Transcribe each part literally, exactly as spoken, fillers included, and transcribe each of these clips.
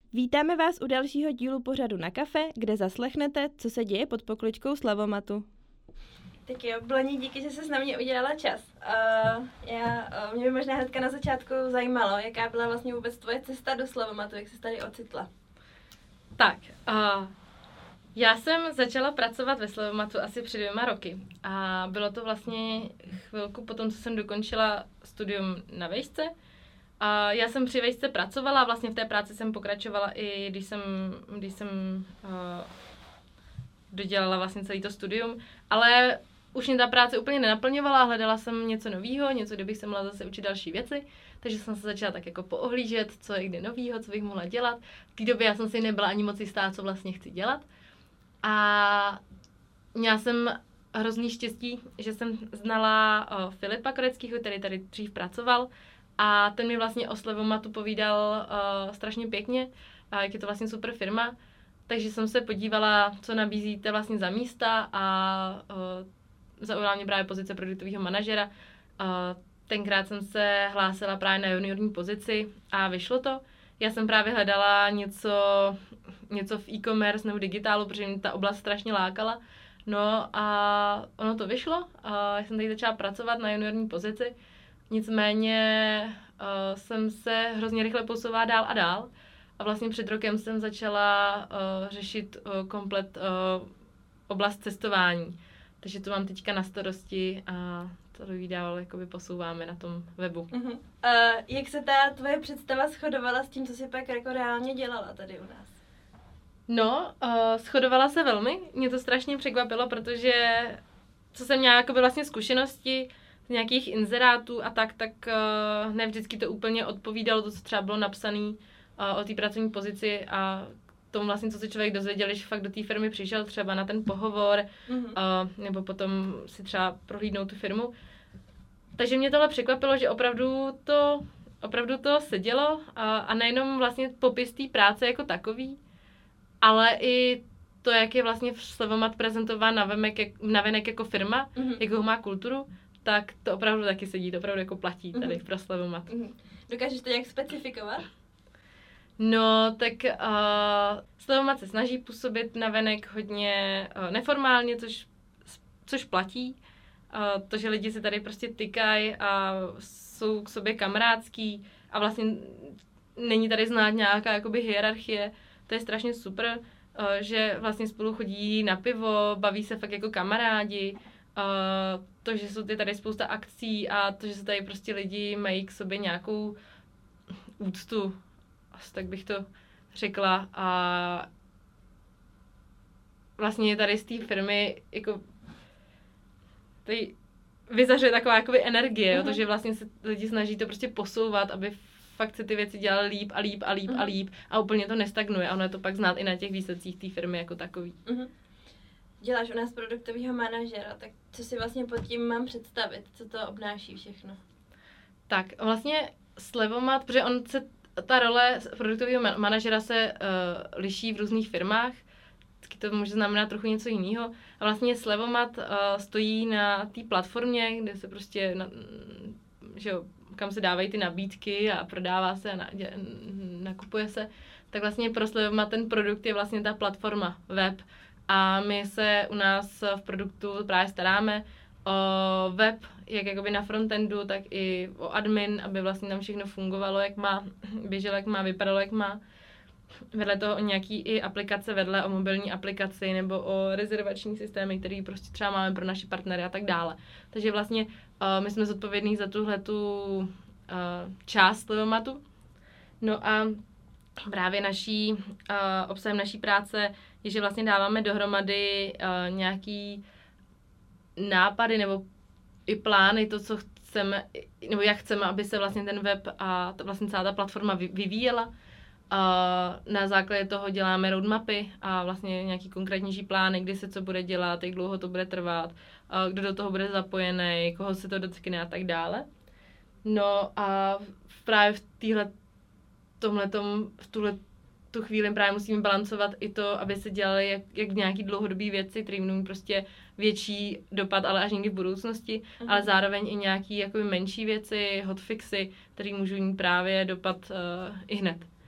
Vítáme vás u dalšího dílu pořadu Na kafe, kde zaslechnete, co se děje pod pokličkou Slavomatu. Tak jo, Blani, díky, že jsi na mě udělala čas. Uh, já, uh, mě by možná hnedka na začátku zajímalo, jaká byla vlastně vůbec tvoje cesta do Slavomatu, jak jsi tady ocitla. Tak, uh, já jsem začala pracovat ve Slavomatu asi před dvěma roky a bylo to vlastně chvilku potom, co jsem dokončila studium na vejšce. A já jsem při vejšce pracovala a vlastně v té práci jsem pokračovala i když jsem, když jsem uh, dodělala vlastně celý to studium, ale už mě ta práce úplně nenaplňovala, hledala jsem něco novýho, něco, kde bych se mohla zase učit další věci, takže jsem se začala tak jako poohlížet, co je kde novýho, co bych mohla dělat. V té době já jsem si nebyla ani moc jistá, co vlastně chci dělat. A měla jsem hrozný štěstí, že jsem znala uh, Filipa Koreckýho, který tady dřív pracoval, a ten mi vlastně o Slavomatu povídal uh, strašně pěkně, a jak je to vlastně super firma. Takže jsem se podívala, co nabízíte vlastně za místa, a uh, zaujala mě právě pozice produktového manažera. Uh, tenkrát jsem se hlásila právě na juniorní pozici a vyšlo to. Já jsem právě hledala něco, něco v e-commerce nebo digitálu, protože mě ta oblast strašně lákala. No a ono to vyšlo. Uh, já jsem tady začala pracovat na juniorní pozici. Nicméně uh, jsem se hrozně rychle posouvala dál a dál. A vlastně před rokem jsem začala uh, řešit uh, komplet uh, oblast cestování. Takže to mám teďka na starosti a to vydával, jakoby posouváme na tom webu. Uh-huh. Uh, jak se ta tvoje představa shodovala s tím, co jsi pak jako reálně dělala tady u nás? No, uh, shodovala se velmi. Mě to strašně překvapilo, protože co jsem měla jakoby vlastně zkušenosti z nějakých inzerátů a tak, tak uh, ne vždycky to úplně odpovídalo to, co třeba bylo napsané uh, o té pracovní pozici a tomu vlastně, co se člověk dozvěděl, když fakt do té firmy přišel třeba na ten pohovor, mm-hmm. uh, nebo potom si třeba prohlídnout tu firmu. Takže mě tohle překvapilo, že opravdu to, opravdu to sedělo uh, a nejenom vlastně popis té práce jako takový, ale i to, jak je vlastně Slavomat prezentován navenek jako firma, mm-hmm. jakou má kulturu, tak to opravdu taky sedí, to opravdu jako platí tady mm-hmm. pro Slavomat. Mm-hmm. Dokážeš to nějak specifikovat? No, tak uh, Slavomat se snaží působit navenek hodně uh, neformálně, což, což platí. Uh, to, že lidi se tady prostě tykají a jsou k sobě kamarádský a vlastně není tady znát nějaká jakoby hierarchie, to je strašně super, uh, že vlastně spolu chodí na pivo, baví se fakt jako kamarádi, uh, to, že jsou tady spousta akcí a to, že se tady prostě lidi mají k sobě nějakou úctu, tak bych to řekla, a vlastně tady z té firmy jako tady vyzařuje taková jakoby energie, uh-huh. jo, to, že vlastně se lidi snaží to prostě posouvat, aby fakt se ty věci dělaly líp a líp a líp uh-huh. a líp a úplně to nestagnuje a ono je to pak znát i na těch výsledcích té firmy jako takový. Uh-huh. Děláš u nás produktového manažera, tak co si vlastně pod tím mám představit, co to obnáší všechno? Tak vlastně Slavomat, protože on se ta role produktového manažera se uh, liší v různých firmách, taky to může znamenat trochu něco jiného. A vlastně Slavomat uh, stojí na té platformě, kde se prostě, na, že jo, kam se dávají ty nabídky a prodává se a na, dě, nakupuje se, tak vlastně pro Slavomat ten produkt je vlastně ta platforma web. A my se u nás v produktu právě staráme o web, jak jakoby na frontendu, tak i o admin, aby vlastně tam všechno fungovalo, jak má, běželo, jak má, vypadalo, jak má. Vedle toho o nějaký i aplikace vedle, o mobilní aplikaci nebo o rezervační systémy, který prostě třeba máme pro naše partnery a tak dále. Takže vlastně uh, my jsme zodpovědní za tuhletu uh, část Slevomatu. No a právě naší, uh, obsahem naší práce je, že vlastně dáváme dohromady uh, nějaký nápady nebo i plány, to, co chceme, nebo jak chceme, aby se vlastně ten web a ta, vlastně celá ta platforma vyvíjela. A na základě toho děláme roadmapy a vlastně nějaký konkrétnější plány, kdy se co bude dělat, jak dlouho to bude trvat, kdo do toho bude zapojený, koho se to dotkne a tak dále. No a právě v téhle, tomhletom, v tuhle tu chvíli právě musíme balancovat i to, aby se dělaly jak, jak nějaký dlouhodobý věci, které mějí prostě větší dopad, ale až někdy v budoucnosti, mm. ale zároveň i nějaký jakoby menší věci, hotfixy, které můžou mít právě dopad uh, i hned.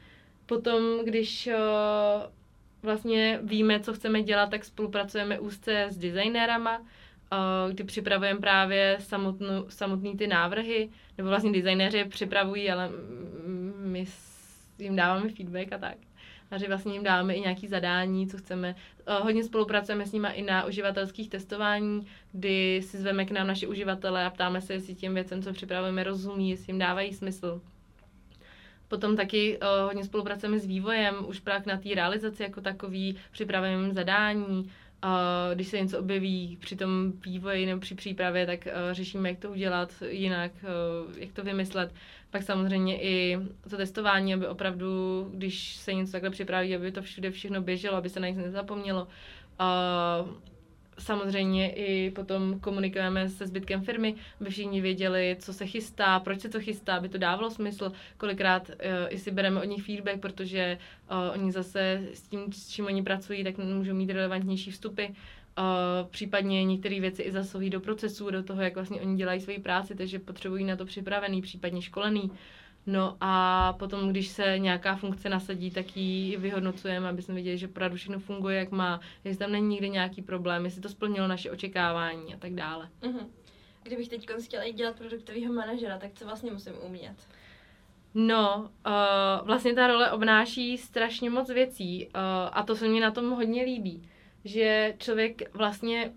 Potom, když uh, vlastně víme, co chceme dělat, tak spolupracujeme úzce s designérama, uh, kdy připravujeme právě samotnou, samotný ty návrhy, nebo vlastně designéři je připravují, ale my jim dáváme feedback a tak. Takže vlastně jim dáváme i nějaké zadání, co chceme. Hodně spolupracujeme s nimi i na uživatelských testování, kdy si zveme k nám naše uživatele a ptáme se, jestli těm věcem, co připravujeme, rozumí, jestli jim dávají smysl. Potom taky uh, hodně spolupracujeme s vývojem, už právě na té realizaci jako takový, připravujeme zadání, uh, když se něco objeví při tom vývoji nebo při přípravě, tak uh, řešíme, jak to udělat jinak, uh, jak to vymyslet. Pak samozřejmě i to testování, aby opravdu, když se něco takhle připraví, aby to všude všechno běželo, aby se na nic nezapomnělo. Uh, samozřejmě i potom komunikujeme se zbytkem firmy, aby všichni věděli, co se chystá, proč se to chystá, aby to dávalo smysl. Kolikrát uh, i si bereme od nich feedback, protože uh, oni zase s tím, s čím oni pracují, tak můžou mít relevantnější vstupy. Uh, případně některé věci i zasahují do procesu, do toho, jak vlastně oni dělají svoji práci, takže potřebují na to připravený, případně školený. No a potom, když se nějaká funkce nasadí, tak ji vyhodnocujeme, aby jsme viděli, že opravdu všechno funguje, jak má, jestli tam není nikdy nějaký problém, jestli to splnilo naše očekávání a tak dále. Uh-huh. Kdybych teď chtěla dělat produktového manažera, tak co vlastně musím umět? No, uh, vlastně ta role obnáší strašně moc věcí uh, a to se mi na tom hodně líbí, že člověk vlastně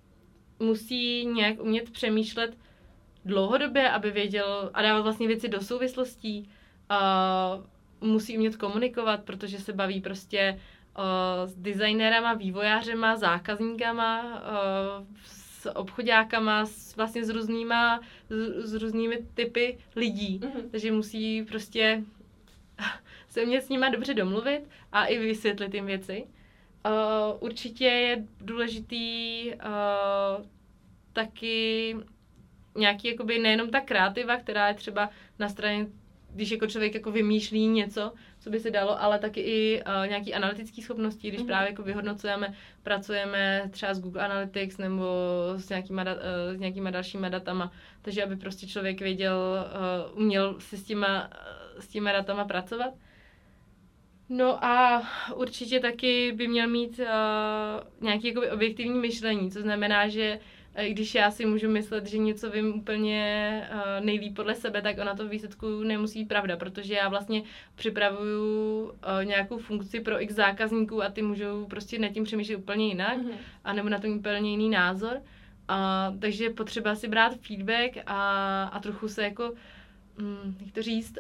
musí nějak umět přemýšlet dlouhodobě, aby věděl a dávat vlastně věci do souvislostí. Uh, musí umět komunikovat, protože se baví prostě uh, s designérama, vývojářema, zákazníkama, uh, s obchodákama, s, vlastně s různýma, s, s různými typy lidí. Mm-hmm. Takže musí prostě se umět s nima dobře domluvit a i vysvětlit jim věci. Uh, určitě je důležitý uh, taky nějaký jakoby nejenom ta kreativa, která je třeba na straně, když jako člověk jako vymýšlí něco, co by se dalo, ale taky i uh, nějaký analytické schopnosti, když mm-hmm. právě jako vyhodnocujeme, pracujeme třeba s Google Analytics nebo s nějakýma, uh, s nějakýma dalšíma datama, takže aby prostě člověk věděl, uh, uměl si s těma, uh, s těma datama pracovat. No a určitě taky by měl mít uh, nějaký jakoby objektivní myšlení, co znamená, že když já si můžu myslet, že něco vím úplně uh, nejlíp podle sebe, tak ona to v výsledku nemusí být pravda, protože já vlastně připravuju uh, nějakou funkci pro x zákazníků a ty můžou prostě nad tím přemýšlet úplně jinak, mm-hmm. anebo na to úplně jiný názor. Uh, takže je potřeba si brát feedback a, a trochu se jako, um, jak to říct,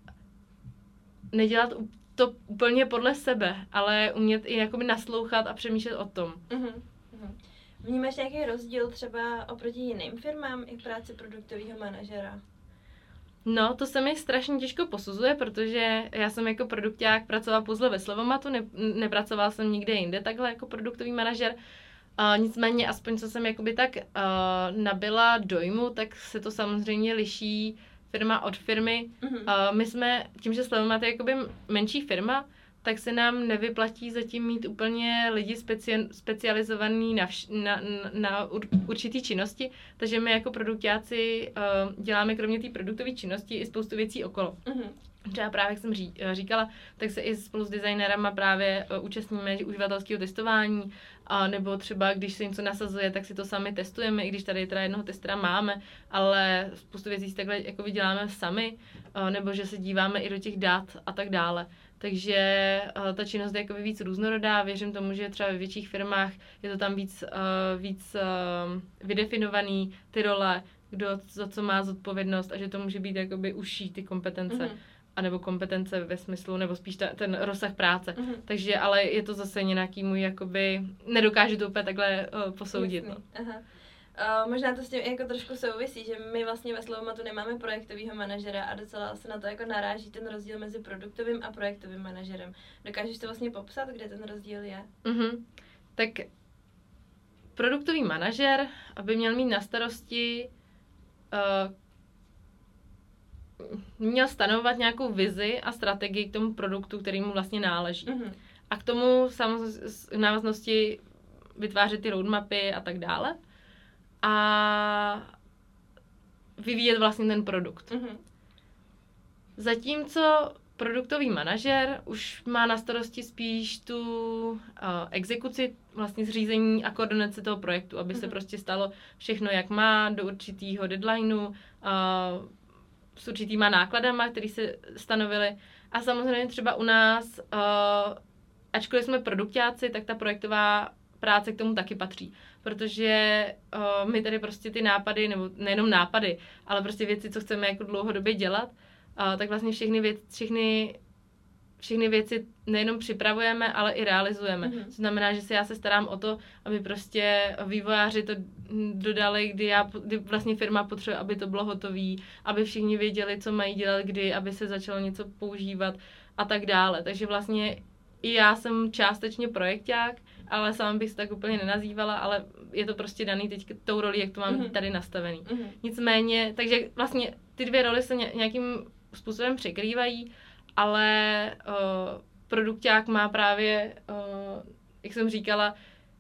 nedělat to úplně podle sebe, ale umět i jakoby naslouchat a přemýšlet o tom. Mm-hmm. Vnímáš nějaký rozdíl třeba oproti jiným firmám i v práci produktového manažera? No, to se mi strašně těžko posuzuje, protože já jsem jako produkták pracovala pouze ve Slevomatu, ne, nepracovala jsem nikde jinde takhle jako produktový manažer. Uh, nicméně, aspoň co jsem jakoby tak uh, nabyla dojmu, tak se to samozřejmě liší firma od firmy. Mm-hmm. Uh, my jsme, tím, že Slevomat je jakoby menší firma, tak se nám nevyplatí zatím mít úplně lidi speci- specializovaný na, vš- na, na ur- určitý činnosti, takže my jako produktáci uh, děláme kromě té produktové činnosti i spoustu věcí okolo. Mm-hmm. Třeba právě, jak jsem ří, říkala, tak se i spolu s designérama právě uh, účastníme uživatelského testování, a nebo třeba, když se něco nasazuje, tak si to sami testujeme, i když tady teda jednoho testera máme, ale spoustu věcí si takhle jako děláme sami, uh, nebo že se díváme i do těch dat a tak dále. Takže uh, ta činnost je jako víc různorodá, věřím tomu, že třeba ve větších firmách je to tam víc, uh, víc uh, vydefinovaný, ty role, kdo za co má zodpovědnost a že to může být jakoby užší ty kompetence. Mm-hmm. anebo kompetence ve smyslu, nebo spíš ta, ten rozsah práce. Mm-hmm. Takže, ale je to zase nějaký můj, jakoby, nedokážu to úplně takhle uh, posoudit. No. Aha. Uh, možná to s tím jako trošku souvisí, že my vlastně ve Slevomatu nemáme projektového manažera a docela se na to jako naráží ten rozdíl mezi produktovým a projektovým manažerem. Dokážeš to vlastně popsat, kde ten rozdíl je? Mm-hmm. Tak produktový manažer, aby měl mít na starosti uh, měl stanovovat nějakou vizi a strategii k tomu produktu, který mu vlastně náleží. Mm-hmm. A k tomu samozřejmě v návaznosti vytvářet ty roadmapy a tak dále. A vyvíjet vlastně ten produkt. Mm-hmm. Zatímco produktový manažer už má na starosti spíš tu uh, exekuci, vlastně zřízení a koordinaci toho projektu, aby mm-hmm. se prostě stalo všechno, jak má, do určitýho deadlineu, uh, s určitýma nákladama, které se stanovily. A samozřejmě třeba u nás, uh, ačkoliv jsme produkťáci, tak ta projektová práce k tomu taky patří. Protože uh, my tady prostě ty nápady, nebo nejenom nápady, ale prostě věci, co chceme jako dlouhodobě dělat, uh, tak vlastně všechny, věc, všechny, všechny věci nejenom připravujeme, ale i realizujeme. Mm-hmm. To znamená, že se já se starám o to, aby prostě vývojáři to dodali, kdy, já, kdy vlastně firma potřebuje, aby to bylo hotové, aby všichni věděli, co mají dělat, kdy, aby se začalo něco používat a tak dále. Takže vlastně i já jsem částečně projekťák, ale sám bych se tak úplně nenazývala, ale je to prostě daný teď tou roli, jak to mám mm-hmm. tady nastavený. Mm-hmm. Nicméně, takže vlastně ty dvě role se nějakým způsobem překrývají, ale uh, produkťák má právě, uh, jak jsem říkala,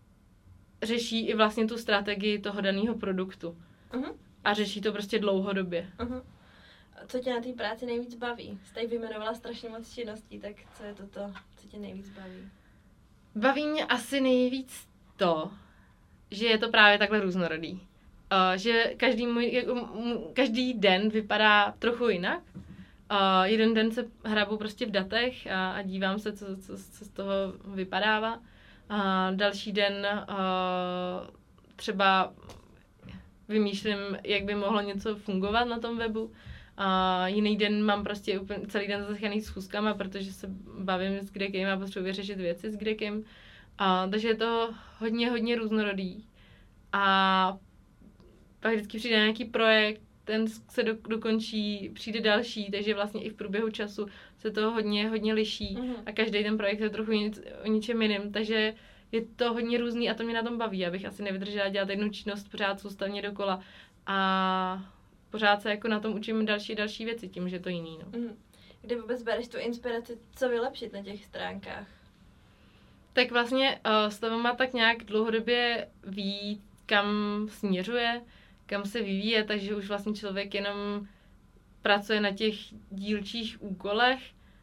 řeší i vlastně tu strategii toho daného produktu. Uh-huh. A řeší to prostě dlouhodobě. Uh-huh. Co tě na té práci nejvíc baví? Jsi tady vyjmenovala strašně moc činností, tak co je to, to co tě nejvíc baví? Baví mě asi nejvíc to, že je to právě takhle různorodý. Uh, že každý, můj, každý den vypadá trochu jinak. Uh, jeden den se hrabu prostě v datech a, a dívám se, co, co, co z toho vypadává. A další den uh, třeba vymýšlím, jak by mohlo něco fungovat na tom webu. A jiný den mám prostě úplně celý den zasechaný schůzkama, protože se bavím s kdekým a potřebuji vyřešit věci s kdekým. A takže je to hodně, hodně různorodý. A pak vždycky přijde nějaký projekt, ten se do, dokončí, přijde další, takže vlastně i v průběhu času se to hodně, hodně liší. Mm-hmm. A každý ten projekt je trochu nic, o ničem jiným, takže je to hodně různý a to mě na tom baví, abych asi nevydržela dělat jednu činnost pořád soustavně dokola a pořád se jako na tom učím další další věci tím, že je to jiný. No. Mm. Kde vůbec bereš tu inspiraci, co vylepšit na těch stránkách? Tak vlastně uh, Slevomate tak nějak dlouhodobě ví, kam směřuje, kam se vyvíje, takže už vlastně člověk jenom pracuje na těch dílčích úkolech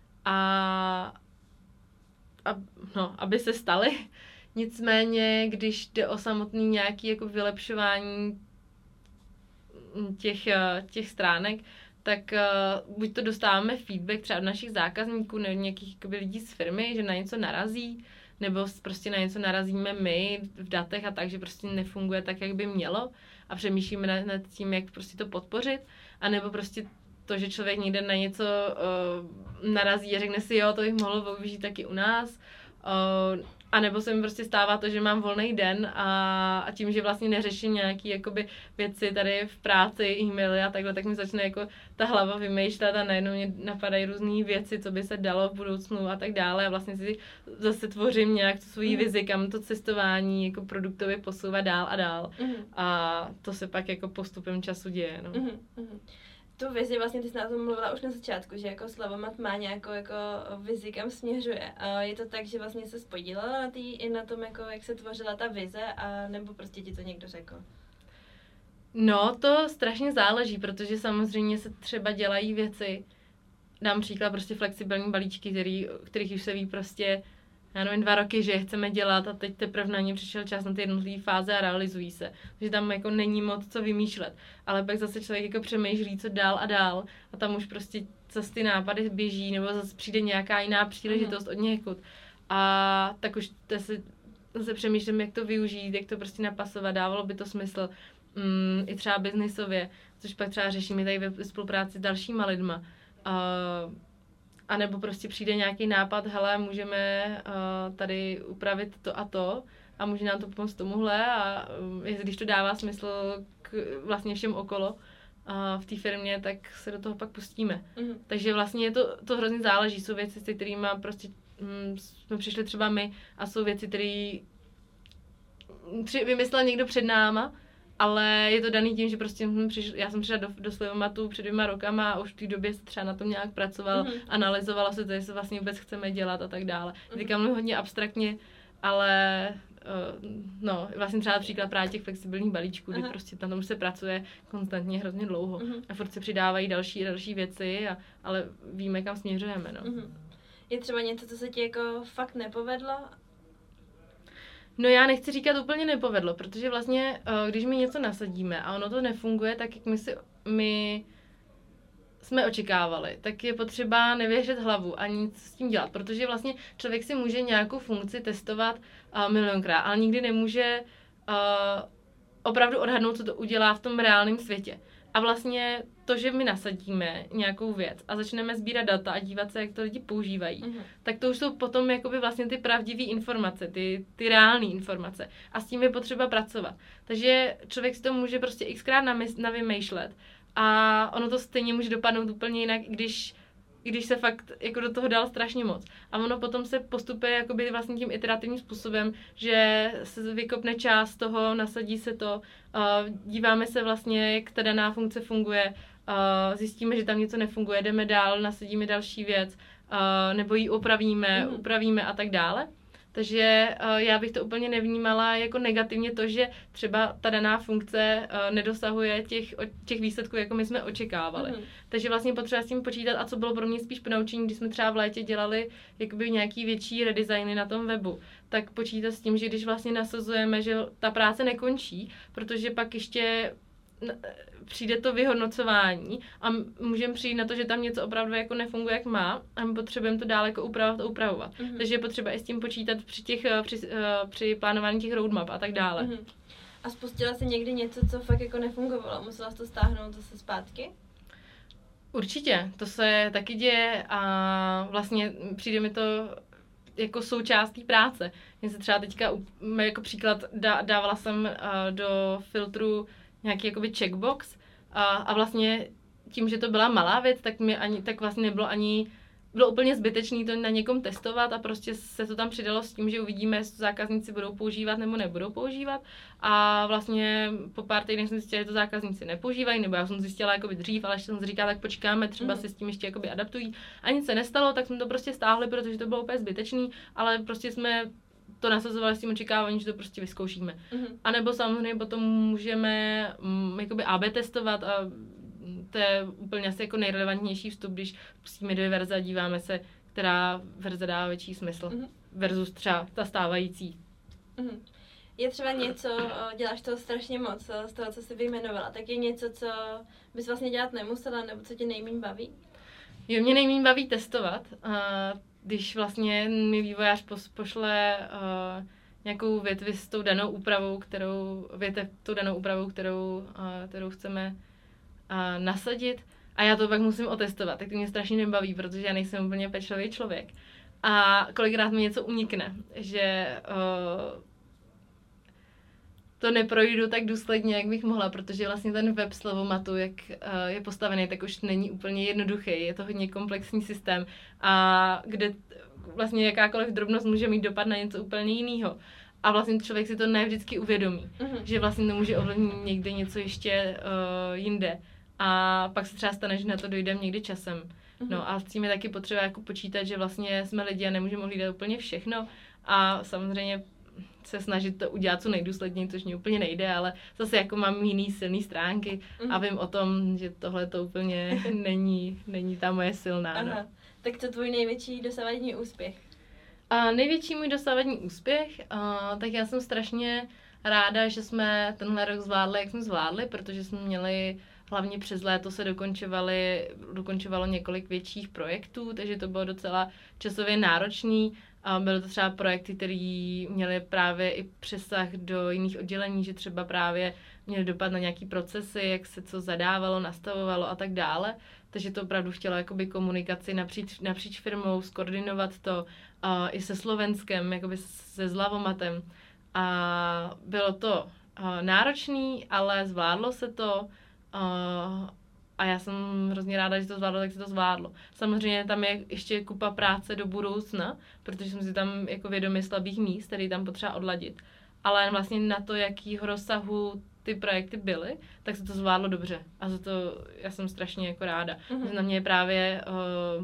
a, a no, aby se staly. Nicméně, když jde o samotný nějaký jako vylepšování těch, těch stránek, tak uh, buď to dostáváme feedback třeba od našich zákazníků nebo nějakých jakoby, lidí z firmy, že na něco narazí, nebo prostě na něco narazíme my v datech a tak, že prostě nefunguje tak, jak by mělo a přemýšlíme nad, nad tím, jak prostě to podpořit, a nebo prostě to, že člověk někde na něco uh, narazí a řekne si, jo, to bych mohlo využít taky u nás, uh, a nebo se mi prostě stává to, že mám volný den a, a tím, že vlastně neřeším nějaký jakoby věci tady v práci, e-maily a takhle, tak mi začne jako ta hlava vymýšlet a najednou mě napadají různé věci, co by se dalo v budoucnu a tak dále, a vlastně si zase tvořím nějak tu svoji mm. vizi, kam to cestování jako produktově posouvá dál a dál. Mm. A to se pak jako postupem času děje. No. Mm. Mm. Tu vizi, vlastně ty jsi na tom mluvila už na začátku, že jako Slevomate má nějakou jako vizi, kam směřuje. A je to tak, že vlastně se podílela na, tý, na tom, jako, jak se tvořila ta vize, a nebo prostě ti to někdo řekl? No, to strašně záleží, protože samozřejmě se třeba dělají věci, dám příklad, prostě flexibilní balíčky, který, kterých už se ví prostě, já nevím, dva roky, že je chceme dělat a teď teprve na ně přišel čas na ty jednotlivé fáze a realizují se. Takže tam jako není moc co vymýšlet. Ale pak zase člověk jako přemýšlí, co dál a dál, a tam už prostě zase ty nápady běží, nebo zase přijde nějaká jiná příležitost od někud. A tak už se, zase přemýšlím, jak to využít, jak to prostě napasovat, dávalo by to smysl. Mm, i třeba biznisově, což pak třeba řešíme tady ve spolupráci s dalšíma lidma. Uh, A nebo prostě přijde nějaký nápad, hele, můžeme uh, tady upravit to a to a může nám to pomoct tomuhle, a uh, když to dává smysl k vlastně všem okolo uh, v té firmě, tak se do toho pak pustíme. Mm. Takže vlastně je to, to hrozně záleží. Jsou věci, se kterými prostě mm, jsme přišli třeba my, a jsou věci, které vymyslel někdo před náma, ale je to daný tím, že prostě hm, přišl, já jsem přišla do, do Slevomatu před dvěma rokama a už v té době se třeba na tom nějak pracoval, mm-hmm. analyzovala se to, jestli vlastně vůbec chceme dělat a tak dále. Mm-hmm. Říkám hodně abstraktně, ale uh, no, vlastně třeba příklad právě těch flexibilních balíčků, kdy Aha. prostě na tom se pracuje konstantně hrozně dlouho Mhm. a furt se přidávají další a další věci, a, ale víme, kam směřujeme, no. Mhm. Je třeba něco, co se ti jako fakt nepovedlo? No já nechci říkat úplně nepovedlo, protože vlastně, uh, když my něco nasadíme a ono to nefunguje tak, jak my si, my jsme očekávali, tak je potřeba nevěřet hlavu a nic s tím dělat, protože vlastně člověk si může nějakou funkci testovat uh, milionkrát, ale nikdy nemůže uh, opravdu odhadnout, co to udělá v tom reálném světě. A vlastně to, že my nasadíme nějakou věc a začneme sbírat data a dívat se, jak to lidi používají, Mhm. tak to už jsou potom jakoby vlastně ty pravdivé informace, ty, ty reálné informace. A s tím je potřeba pracovat. Takže člověk si to může prostě xkrát namys- navymýšlet a ono to stejně může dopadnout úplně jinak, když, když se fakt jako do toho dal strašně moc. A ono potom se postupuje jakoby vlastně tím iterativním způsobem, že se vykopne část toho, nasadí se to, uh, díváme se vlastně, jak ta daná funkce funguje, uh, zjistíme, že tam něco nefunguje, jdeme dál, nasadíme další věc, uh, nebo ji opravíme, Mhm. upravíme a tak dále. Takže uh, já bych to úplně nevnímala jako negativně to, že třeba ta daná funkce uh, nedosahuje těch, těch výsledků, jako my jsme očekávali. Mhm. Takže vlastně potřeba s tím počítat, a co bylo pro mě spíš ponaučení, když jsme třeba v létě dělali jakoby nějaký větší redesigny na tom webu, tak počítat s tím, že když vlastně nasazujeme, že ta práce nekončí, protože pak ještě přijde to vyhodnocování a můžeme přijít na to, že tam něco opravdu jako nefunguje, jak má, a my potřebujeme to dále jako upravovat a upravovat. Mhm. Takže je potřeba i s tím počítat při, těch, při, při plánování těch roadmap a tak dále. Mhm. A spustila jsi někdy něco, co fakt jako nefungovalo? Musela jsi to stáhnout zase zpátky? Určitě, to se taky děje a vlastně přijde mi to jako součást té práce. Mně se třeba teďka jako příklad dá, dávala jsem uh, do filtru nějaký jakoby checkbox a, a vlastně tím, že to byla malá věc, tak mi ani, tak vlastně nebylo ani, bylo úplně zbytečný to na někom testovat a prostě se to tam přidalo s tím, že uvidíme, jestli to zákazníci budou používat nebo nebudou používat, a vlastně po pár týdnech jsem zjistila, že to zákazníci nepoužívají, nebo já jsem zjistila jakoby dřív, ale ještě jsem si říkala, tak počkáme, třeba Mhm. se s tím ještě jakoby adaptují, a nic se nestalo, tak jsme to prostě stáhli, protože to bylo úplně zbytečný, ale prostě jsme to nasazovali s tím očekáváním, že to prostě vyzkoušíme. Mhm. A nebo samozřejmě potom můžeme mm, jakoby á bé testovat, a to je úplně asi jako nejrelevantnější vstup, když pustíme dvě verze a díváme se, která verze dá větší smysl Mhm. versus třeba ta stávající. Mhm. Je třeba něco, o, děláš toho strašně moc, o, z toho, co jsi vyjmenovala, tak je něco, co bys vlastně dělat nemusela, nebo co tě nejméně baví? Jo, mě nejméně baví testovat, a když vlastně mi vývojář pos, pošle uh, nějakou větvi s tou danou úpravou, kterou, větev tou danou úpravou, kterou, uh, kterou chceme uh, nasadit, a já to pak musím otestovat, tak to mě strašně nebaví, protože já nejsem úplně pečlivý člověk. A kolikrát mi něco unikne, že uh, to neprojdu tak důsledně, jak bych mohla, protože vlastně ten web Slevomatu, jak uh, je postavený, tak už není úplně jednoduchý, je to hodně komplexní systém, a kde vlastně jakákoliv drobnost může mít dopad na něco úplně jiného. A vlastně člověk si to ne vždycky uvědomí, Mhm. že vlastně to může ovlivnit někde něco ještě uh, jinde. A pak se třeba stane, že na to dojdeme někdy časem. Mhm. No a s tím je taky potřeba jako počítat, že vlastně jsme lidi a nemůžeme hlídat úplně všechno. A samozřejmě se snažit to udělat co nejdůsledněji, což mě úplně nejde, ale zase jako mám jiný silný stránky Mhm. a vím o tom, že tohle to úplně není, není ta moje silná. Aha. No. Tak co tvůj největší dosavadní úspěch? A největší můj dosavadní úspěch, a, tak já jsem strašně ráda, že jsme tenhle rok zvládli, jak jsme zvládli, protože jsme měli hlavně přes léto se dokončovali, dokončovalo několik větších projektů, takže to bylo docela časově náročný. A byly to třeba projekty, které měly právě i přesah do jiných oddělení, že třeba právě měly dopad na nějaký procesy, jak se co zadávalo, nastavovalo a tak dále. Takže to opravdu chtělo jakoby komunikaci napříč, napříč firmou, skoordinovat to uh, i se Slovenskem, jakoby se Slavomatem. A bylo to uh, náročný, ale zvládlo se to. Uh, a já jsem hrozně ráda, že to zvládlo, tak se to zvládlo. Samozřejmě tam je ještě kupa práce do budoucna, protože jsem si tam jako vědomi slabých míst, který tam potřeba odladit. Ale vlastně na to, jakýho rozsahu ty projekty byly, tak se to zvládlo dobře. A za to já jsem strašně jako ráda. Mhm. Že na mě je právě uh,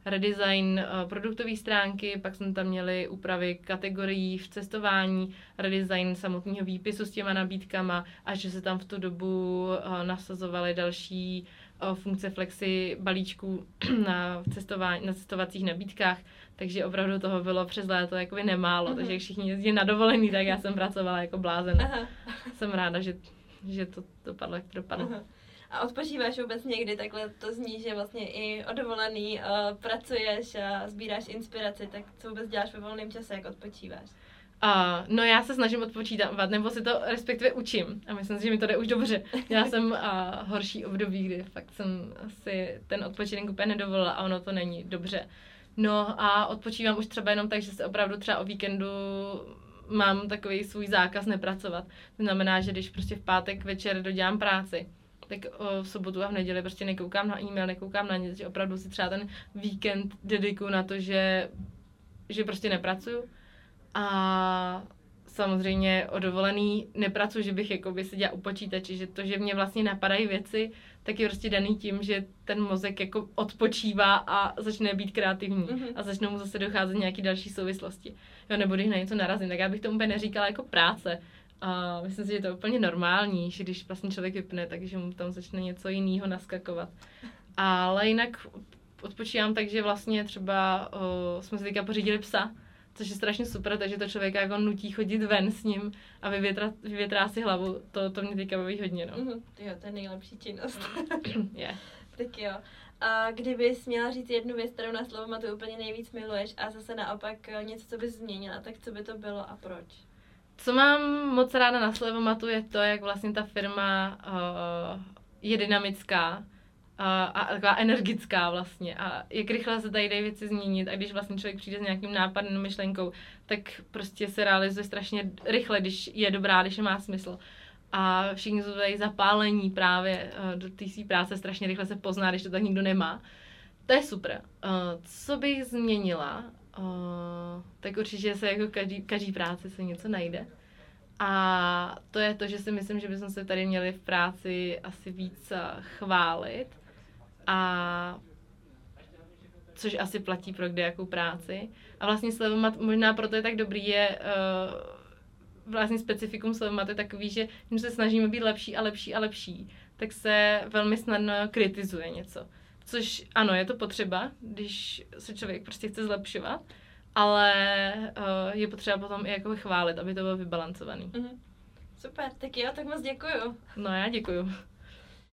redesign uh, produktové stránky, pak jsme tam měli úpravy kategorií v cestování, redesign samotného výpisu s těma nabídkama a že se tam v tu dobu uh, nasazovaly další uh, funkce flexi balíčků na, cestování, na cestovacích nabídkách, takže opravdu toho bylo přes léto jakoby nemálo, uh-huh. takže jak všichni jezdí na dovolený, tak já jsem pracovala jako blázen. Uh-huh. Jsem ráda, že, že to dopadlo, jak to dopadlo. Uh-huh. A odpočíváš vůbec někdy, takhle to zní, že vlastně i o dovolený uh, pracuješ a sbíráš inspiraci, tak co vůbec děláš ve volném čase, jak odpočíváš? Uh, no já se snažím odpočítat, nebo si to respektive učím a myslím si, že mi to jde už dobře. Já jsem uh, horší období, kdy fakt jsem si ten odpočinek úplně nedovolila a ono to není dobře. No a odpočívám už třeba jenom tak, že se opravdu třeba o víkendu mám takový svůj zákaz nepracovat. To znamená, že když prostě v pátek večer dodělám práci, tak o, v sobotu a v neděli prostě nekoukám na e-mail, nekoukám na nic, že opravdu si třeba ten víkend dedikuju na to, že, že prostě nepracuju. A samozřejmě o dovolený nepracuji, že bych jakoby seděla u počítače, že to, že mě vlastně napadají věci, tak je prostě daný tím, že ten mozek jako odpočívá a začne být kreativní mm-hmm. a začnou mu zase docházet nějaký další souvislosti. Jo, nebo když na něco narazím, tak já bych tomu úplně neříkala jako práce. A myslím si, že to je úplně normální, že když vlastně člověk vypne, takže mu tam začne něco jiného naskakovat. Ale jinak odpočívám tak, že vlastně třeba o, jsme si teďka pořídili psa, což je strašně super, takže to člověka jako nutí chodit ven s ním a vyvětrá, vyvětrá si hlavu. To, to mě teďka baví hodně, no. Mm-hmm. Jo, to je nejlepší činnost. yeah. Tak jo. A kdybys měla říct jednu věc, kterou na Slevomatu úplně nejvíc miluješ a zase naopak něco, co bys změnila, tak co by to bylo a proč? Co mám moc ráda na Slevomatu je to, jak vlastně ta firma uh, je dynamická uh, a taková energická vlastně a jak rychle se tady dají věci změnit a když vlastně člověk přijde s nějakým nápadem, myšlenkou, tak prostě se realizuje strašně rychle, když je dobrá, když má smysl. A všichni jsou tady zapálení právě uh, do té své práce, strašně rychle se pozná, když to tak nikdo nemá. To je super. Uh, co bych změnila? Uh, tak určitě se jako každý, každý práci se něco najde. A to je to, že si myslím, že bychom se tady měli v práci asi víc chválit. A což asi platí pro kdejakou práci. A vlastně Slevomat možná proto je tak dobrý, je uh, vlastně specifikum Slevomat je takový, že když se snažíme být lepší a lepší a lepší, tak se velmi snadno kritizuje něco. Což ano, je to potřeba, když se člověk prostě chce zlepšovat, ale uh, je potřeba potom i jako chválit, aby to bylo vybalancovaný. Mm-hmm. Super, tak jo, tak moc děkuju. No já děkuju.